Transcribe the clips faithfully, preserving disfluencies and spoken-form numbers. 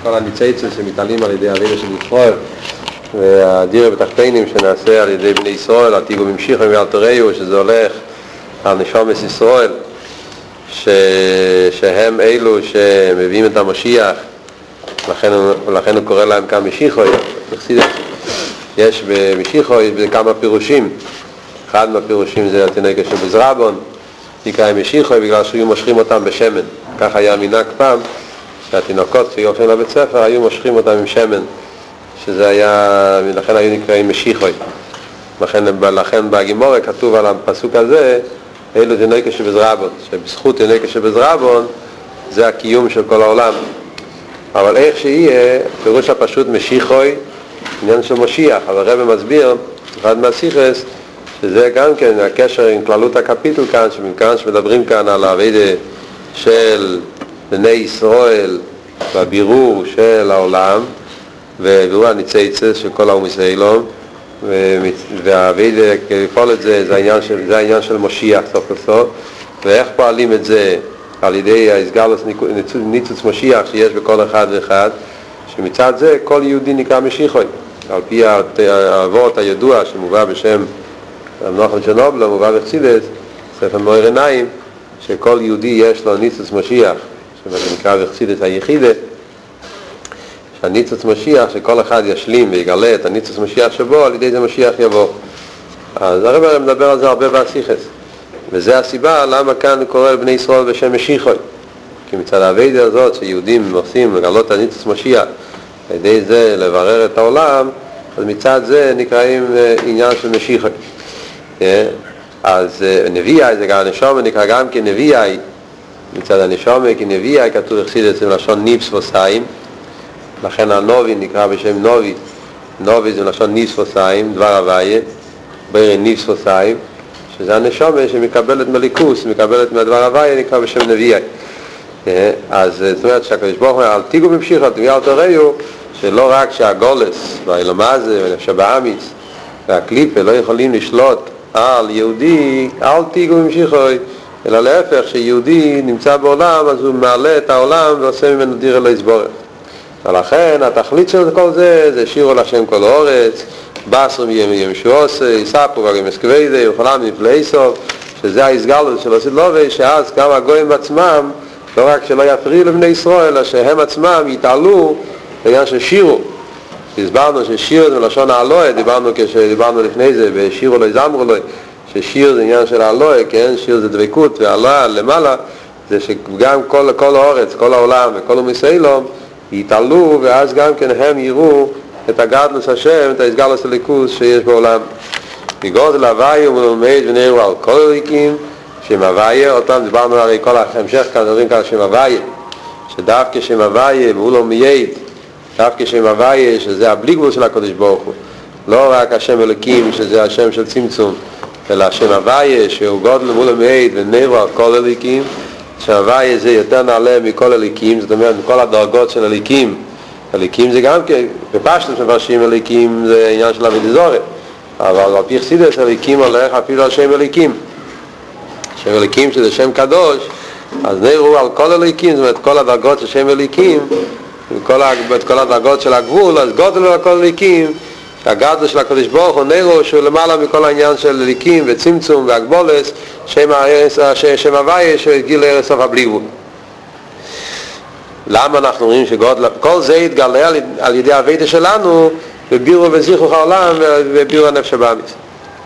כל הניצייצים שמתעלים על ידי הרגע של ישראל והדירה בתחתינים שנעשה על ידי בני ישראל, עתיגו ממשיכו מאלתריו, שזה הולך על נשומס ישראל, ש... שהם אלו שמביאים את המשיח, לכן, לכן הוא קורא להם כאן משיחוי. יש במשיחוי כמה פירושים. אחד מהפירושים זה התינוקות שבזרבון, נקרא משיחוי בגלל שהיו מושכים אותם בשמן. כך היה מנהג פעם, שהתינוקות כשהולכים לבית ספר היו מושכים אותם עם שמן, שזה היה, לכן היו נקראים משיחוי. לכן, לכן בגימורה כתוב על הפסוק הזה, אלו תינוקות שבזרבון, שבזכות תינוקות שבזרבון זה הקיום של כל העולם. אבל איך שיהיה, פירוש הפשוט משיחוי, עניין של משיח. אבל הרב מסביר, אחד מהשיחס, שזה גם כן הקשר עם כללות הקפיטל כאן, שמכאן שמדברים כאן על העבודה של בני ישראל והבירור של העולם ובירור הניצייצס של כל האום ישראלום, והעבודה כפעול את זה, זה העניין של, זה העניין של משיח סוף לסוף, ואיך פועלים את זה על ידי ההסגלוס ניצוץ משיח שיש בכל אחד ואחד, שמצד זה כל יהודי נקרא משיחוי. על פי האבות הידוע שמובא בשם נחמן צ'רנובלו, מובא בחסידות, ספר מאור עיניים, שכל יהודי יש לו ניצוץ משיח, שנקרא בחסידות היחידה, שהניצוץ משיח שכל אחד ישלים ויגלה את הניצוץ משיח שבו, על ידי זה משיח יבוא. אז הרב מדבר על זה הרבה בשיחס, וזה הסיבה למה כאן הוא קורא לבני ישראל בשם משיחוי. כי מצד העבודה הזאת שיהודים עושים לגלות את הניצוץ משיח, על ידי זה לברר את העולם, אז מצד זה נקראים עניין של משיחוי. אז נביאי, זה גם הנשום נקרא גם כנביאי, מצד הנשום כנביאי כתוב בחסידות אצל לשון ניבס וסיים, לכן הנובי נקרא בשם נובי, נובי זה לשון ניבס וסיים, דבר הוויה, בעיר ניבס וסיים, שזה הנשום שמקבלת מליקוס, מקבלת מהדבר הוויה, נקרא בשם נביאי. אז זאת אומרת שהקדוש ברוך הוא אל תיגעו ממשיכו, תביאו תוריו, שלא רק שהגולס והאילומזה והשבאמיס והקליפה לא יכולים לשלוט על יהודי, אל תיגעו ממשיכו, אלא להפך, שיהודי נמצא בעולם, אז הוא מעלה את העולם ועושה ממנו דיר אלוהי יתברך. ולכן התכלית של כל זה, זה שירו להשם כל האורץ, בסר מימשועוס, יספו וגמס כבדי, וכולם מפלאי סוף, שזה ההסגלות של הסדלובי, שאז גם הגויים בעצמם, לא רק שלא יפריעו לבני ישראל, אלא שהם עצמם יתעלו לעניין של שירו. הסברנו ששיר זה מלשון העלוה, דיברנו כשדיברנו לפני זה, ושירו לא יזמרו לו, ששיר זה עניין של העלוה, כן? שיר זה דבקות, והעלוה למעלה, זה שגם כל, כל האורץ, כל העולם וכל עם ישראלום, יתעלו, ואז גם כן הם יראו את הגדלוס השם, את ההסגלוס הליכוס שיש בעולם. בגודל הוויה ומלומד ונראו על כל הליקים, שם הוויה, אותם דיברנו הרי כל ההמשך כאן, דברים כאן שם הוויה, שדווקא שם הוויה והוא לא מייד, דווקא שם הוויה שזה הבלי גבול של הקדוש ברוך הוא, לא רק השם אלוקים שזה השם של צמצום, אלא השם הוויה שהוא גודל מול המייד ונראו על כל הליקים, שם הוויה זה יותר נעלה מכל הליקים, זאת אומרת מכל הדרגות של הליקים. הליקים זה גם כן, בפשטות מפרשים הליקים זה עניין של עבודת זרה, אבל על פי חסידות הליקים הולך אפילו על שם הליקים. שם הליקים שזה שם קדוש, אז נראו על כל הליקים, זאת אומרת כל הדרגות של שם הליקים, את כל הדרגות של הגבול, אז גודל על כל הליקים, הגדול של הקדוש ברוך הוא נראו שהוא למעלה מכל העניין של הליקים וצמצום והגבולס, שם הוויה שהגיע לארץ סוף הבלי גבול. למה אנחנו רואים שגודל, כל זה יתגלה על, על ידי העבודה שלנו בבירו וזיכרוך העולם ובירו הנפש הבאמיס.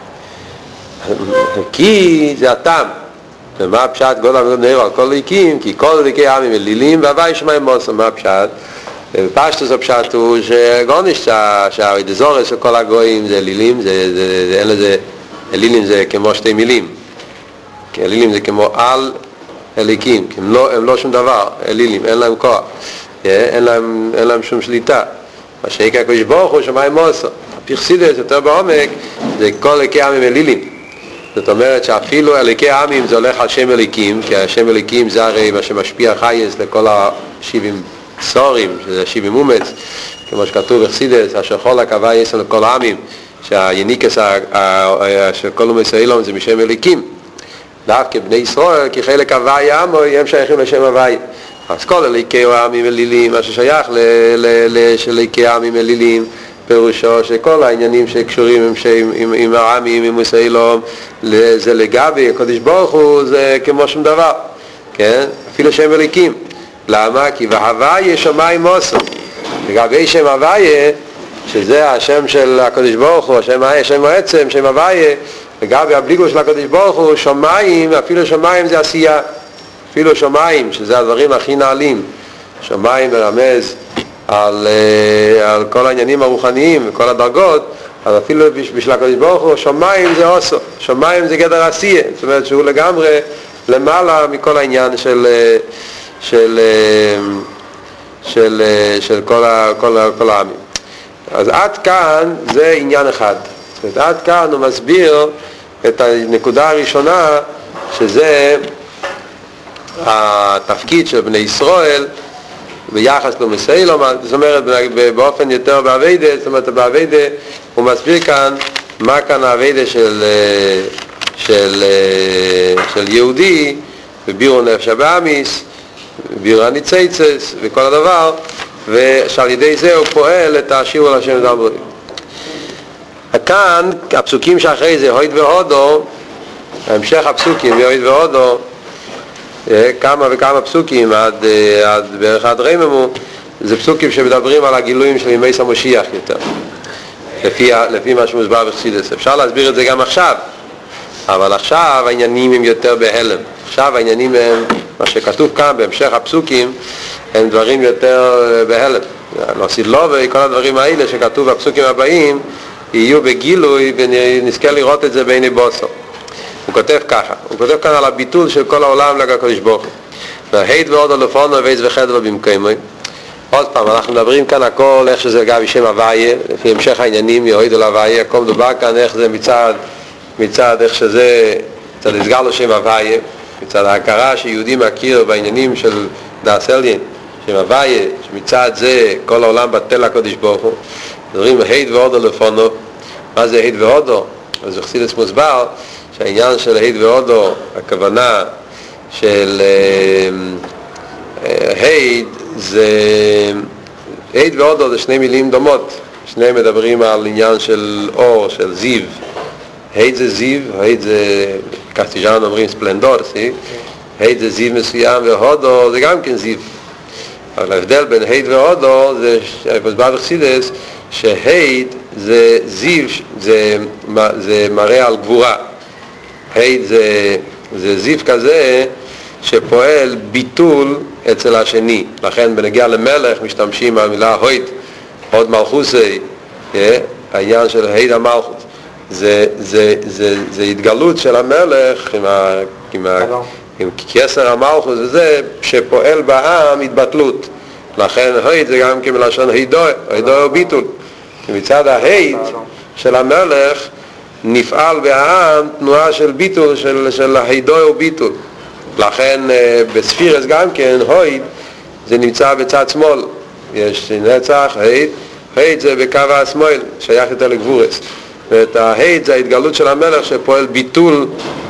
כי זה הטעם. ומה הפשט גודל נראו על כל ליקים? כי כל ליקי העמים אלילים והווי שמיים מוסם. מה הפשט? ופשטוס הפשט הוא שגורניש שהעבודה זרה של כל הגויים זה אלילים, זה, זה, זה, אין לזה, אלילים זה כמו שתי מילים. אלילים זה כמו על אליקים, כי הם לא, הם לא שום דבר, אלילים, אין להם כוח, אין להם, אין להם שום שליטה. מה שיקה הקדוש ברוך הוא שמיים מוסר. הפרסידס יותר בעומק זה כל אליקי העמים אלילים. זאת אומרת שאפילו אליקי העמים זה הולך על שם אליקים, כי השם אליקים זה הרי מה שמשפיע חייס לכל השבעים סורים, שזה שבעים אומץ, כמו שכתוב בחסידס, אשר כל הקווה יש לכל העמים, שהיניקס של כל עם ישראלום זה משם אליקים. דווקא בני ישראל, כי חלק הוויה עמו, הם שייכים לשם הוויה. אז כל אליקי העמים אלילים, מה ששייך לאליקי העמים אלילים, פירושו שכל העניינים שקשורים עם, עם, עם, עם העמים, עם מוסיילום, זה לגבי הקדוש ברוך הוא, זה כמו שום דבר, כן? אפילו שם אליקים. למה? כי והוויה שמיים מוסו. לגבי שם הוויה, שזה השם של הקדוש ברוך הוא, השם, השם העצם, שם הוויה, לגבי הבליגו של הקדוש ברוך הוא, שמיים, אפילו שמיים זה עשייה. אפילו שמיים, שזה הדברים הכי נעלים. שמיים מרמז על, על כל העניינים הרוחניים וכל הדרגות, אז אפילו בשביל הקדוש ברוך הוא, שמיים זה עושו. שמיים זה גדר עשייה. זאת אומרת שהוא לגמרי למעלה מכל העניין של... של של של כל ה, כל ה, כל העמים. אז עד כאן זה עניין אחד. זאת אומרת, עד כאן הוא מסביר את הנקודה הראשונה, שזה התפקיד של בני ישראל ביחס למוסיילום. זאת אומרת, באופן יותר בעבודה, זאת אומרת, בעבודה הוא מסביר כאן מה כאן העבודה של של של יהודי בבירו נפש הבאמיס, בירו הניצייצס וכל הדבר, ושעל ידי זה הוא פועל את השיעור על השם דברי. כאן הפסוקים שאחרי זה, הויד והודו, המשך הפסוקים הויד והודו, כמה וכמה פסוקים עד, עד בערך עד רממו, זה פסוקים שמדברים על הגילויים של ימי המשיח יותר, לפי, לפי מה שמוסבר בחסידות. אפשר להסביר את זה גם עכשיו, אבל עכשיו העניינים הם יותר בהלם. עכשיו העניינים הם, מה שכתוב כאן בהמשך הפסוקים, הם דברים יותר בהלם. נוסיד לו וכל הדברים האלה שכתוב בפסוקים הבאים, יהיו בגילוי ונזכה לראות את זה בעיני בוסו. הוא כותב ככה, הוא כותב כאן על הביטול של כל העולם לקדוש ברוך הוא. וההית ועוד לפונו וייס וחדרו במקיימו. עוד פעם, אנחנו מדברים כאן הכל איך שזה גם בשם הוויה, לפי המשך העניינים יהויד על הוויה, הכל מדובר כאן איך זה מצד, מצד איך שזה, מצד הסגר לו שם הוויה, מצד ההכרה שיהודי מכיר בעניינים של דאס עליין, שם הוויה, שמצד זה כל העולם בטל לקדוש ברוך הוא. מדברים הית ועוד לפונו. מה זה הית ועודו? אז בחסידות מוסבר שהעניין של הית ועודו, הכוונה של הית זה, הית ועודו זה שני מילים דומות, שניהם מדברים על עניין של אור, של זיו. הית זה זיו, הית זה, קסטיג'אן אומרים ספלנדור, הית זה זיו מסוים, והודו זה גם כן זיו. אבל ההבדל בין הית והודו זה מוסבר בחסידות שהית זה זיו, זה, זה מראה על גבורה. הית זה, זה זיו כזה שפועל ביטול אצל השני. לכן בנגיע למלך משתמשים על מילה הוית, עוד מלכוסי, העניין של הית המלכות. זה, זה, זה, זה התגלות של המלך עם, ה, עם, ה, עם כסר המלכות וזה שפועל בעם התבטלות. לכן הית זה גם כמלשון הידוי, הידוי הוא ביטול. מצד ההית של המלך נפעל בעם תנועה של ביטול, של, של הידוי הוא ביטול. לכן בספירס גם כן הויד זה נמצא בצד שמאל, יש נצח, הית, הית זה בקו השמאל, שייך יותר לגבורס. ואת ההית זה ההתגלות של המלך שפועל ביטול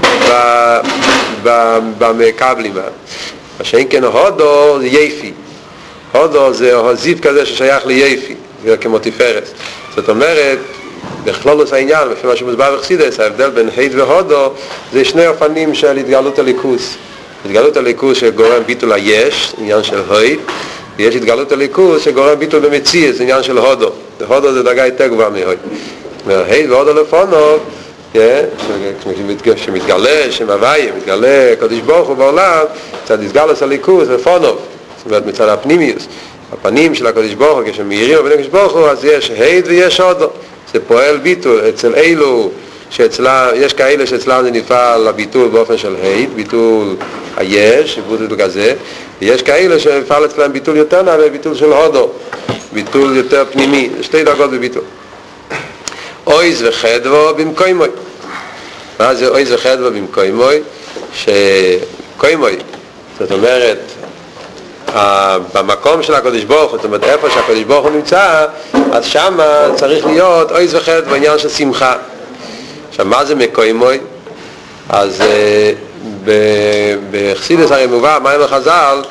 במקבלים. מה שאין כן הודו זה יפי, הודו זה זיו כזה ששייך ליפי, זה כמו תפארת. זאת אומרת, בכלולוס העניין, לפי מה שמוסבר בחסידות, ההבדל בין הית והודו זה שני אופנים של התגלות הליכוס. התגלות הליכוס שגורם ביטול היש, עניין של הית, ויש התגלות הליכוס שגורם ביטול במציאות, זה עניין של הודו. הודו זה דרגה יותר גבוהה מהית. הית והודו לפונו, שמתגלה, שם הוויה, מתגלה קדוש ברוך הוא בעולם, מצד התגלות הליכוס לפונו, זאת אומרת מצד הפנימיוס. הפנים של הקדוש ברוך הוא, כשמאירים בין הקדוש ברוך הוא, אז יש הית ויש הודו. זה פועל ביטול אצל אלו שאצלה, יש כאלה שאצלם זה נפעל הביטול באופן של הית, ביטול היש, ביטול כזה, ויש כאלה שנפעל אצלם ביטול יותר נעלה, ביטול של הודו, ביטול יותר פנימי, שתי דרגות בביטול. אויז וחדבו במקוימוי. מה זה אויז וחדבו במקוימוי? שקוימוי, זאת אומרת, במקום של הקדוש ברוך הוא, זאת אומרת איפה שהקדוש ברוך הוא נמצא, אז שם צריך להיות אויז וחדבו בעניין של שמחה. עכשיו מה זה מקוימוי? אז בחסידות הרי מובא מים החז"ל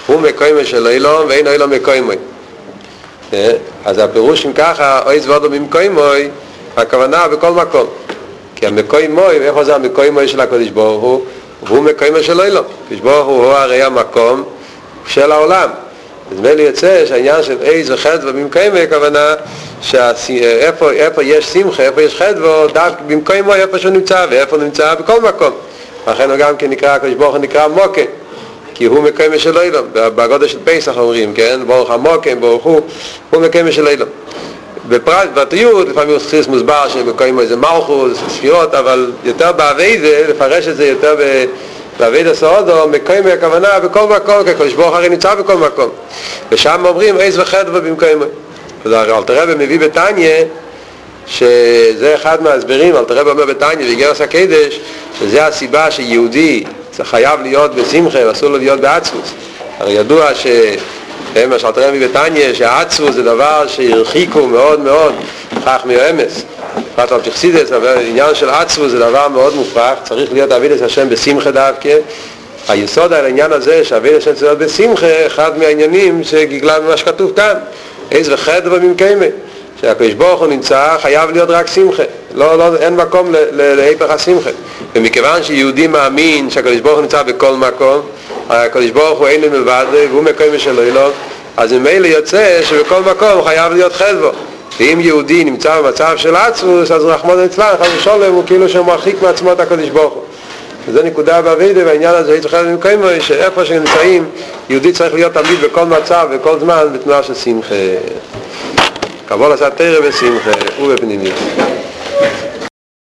הוא מקוימו של אילום ואין אילום מקוימו. אז הפירוש אם ככה, אוי זוודו ממקוימו, הכוונה בכל מקום. כי המקוימו, איפה זה המקוימו של הקדוש ברוך הוא? הוא מקוימו של אילום. הקדוש ברוך הוא הוא הרי המקום של העולם. נדמה לי יוצא שהעניין של איז וחדווה במקוימו, הכוונה שאיפה איפה יש שמחה, איפה יש חדווה, דווקא במקוימו איפה שהוא נמצא, ואיפה נמצא בכל מקום. לכן הוא גם כן נקרא, הקדוש ברוך הוא נקרא מוקם, כי הוא מקוימו של אילום. בגודל של פסח אומרים, כן? ברוך המוקם, ברוך הוא, הוא מקוימו של אילום. בפרט, בתיוד, לפעמים הוא צריך מוסבר שמקוימו איזה מלכות, ספירות, אבל יותר בעבודה, לפרש את זה יותר בעבודה סעודו, מקוימו הכוונה בכל מקום, כי הקדוש ברוך הרי נמצא בכל מקום. ושם אומרים איז וחדווה במקוימו. אלתר רבי מביא בתניא, שזה אחד מההסברים, אלתר רבי אומר בתניא באיגרס הקודש, שזה הסיבה שיהודי חייב להיות בשמחה ואסור לו להיות בעצמוס. הרי ידוע ש... מה שאלתר רבי בתניא, שהעצמוס זה דבר שהרחיקו מאוד מאוד כך מאמס. בפרט על חסידות, אבל העניין של עצמוס זה דבר מאוד מופרך, צריך להיות עבודת השם בשמחה דווקא. היסוד על העניין הזה שעבודת השם צריך להיות בשמחה, אחד מהעניינים שגיגלה ממה שכתוב כאן, איז וחדווה ממקוימו, שהקדוש ברוך הוא נמצא חייב להיות רק שמחה, לא, לא, אין מקום להיפך השמחה. ומכיוון שיהודי מאמין שהקדוש ברוך הוא נמצא בכל מקום, הקדוש ברוך הוא אין לו מלבד והוא מקוימו של אילום, אז ממילא יוצא שבכל מקום חייב להיות חדווה. ואם יהודי נמצא במצב של עצמוס, אז רחמנא ליצלן, חס ושלום, הוא כאילו שמרחיק מעצמו את הקדוש ברוך הוא. וזו נקודה בעבודה, והעניין הזה איז וחדווה ממקוימו, שאיפה שנמצאים, יהודי צריך להיות תמיד בכל מצב, בכל זמן, בתנועה של שמחה. קבול עשה תרא בשמחה ובפנימיות.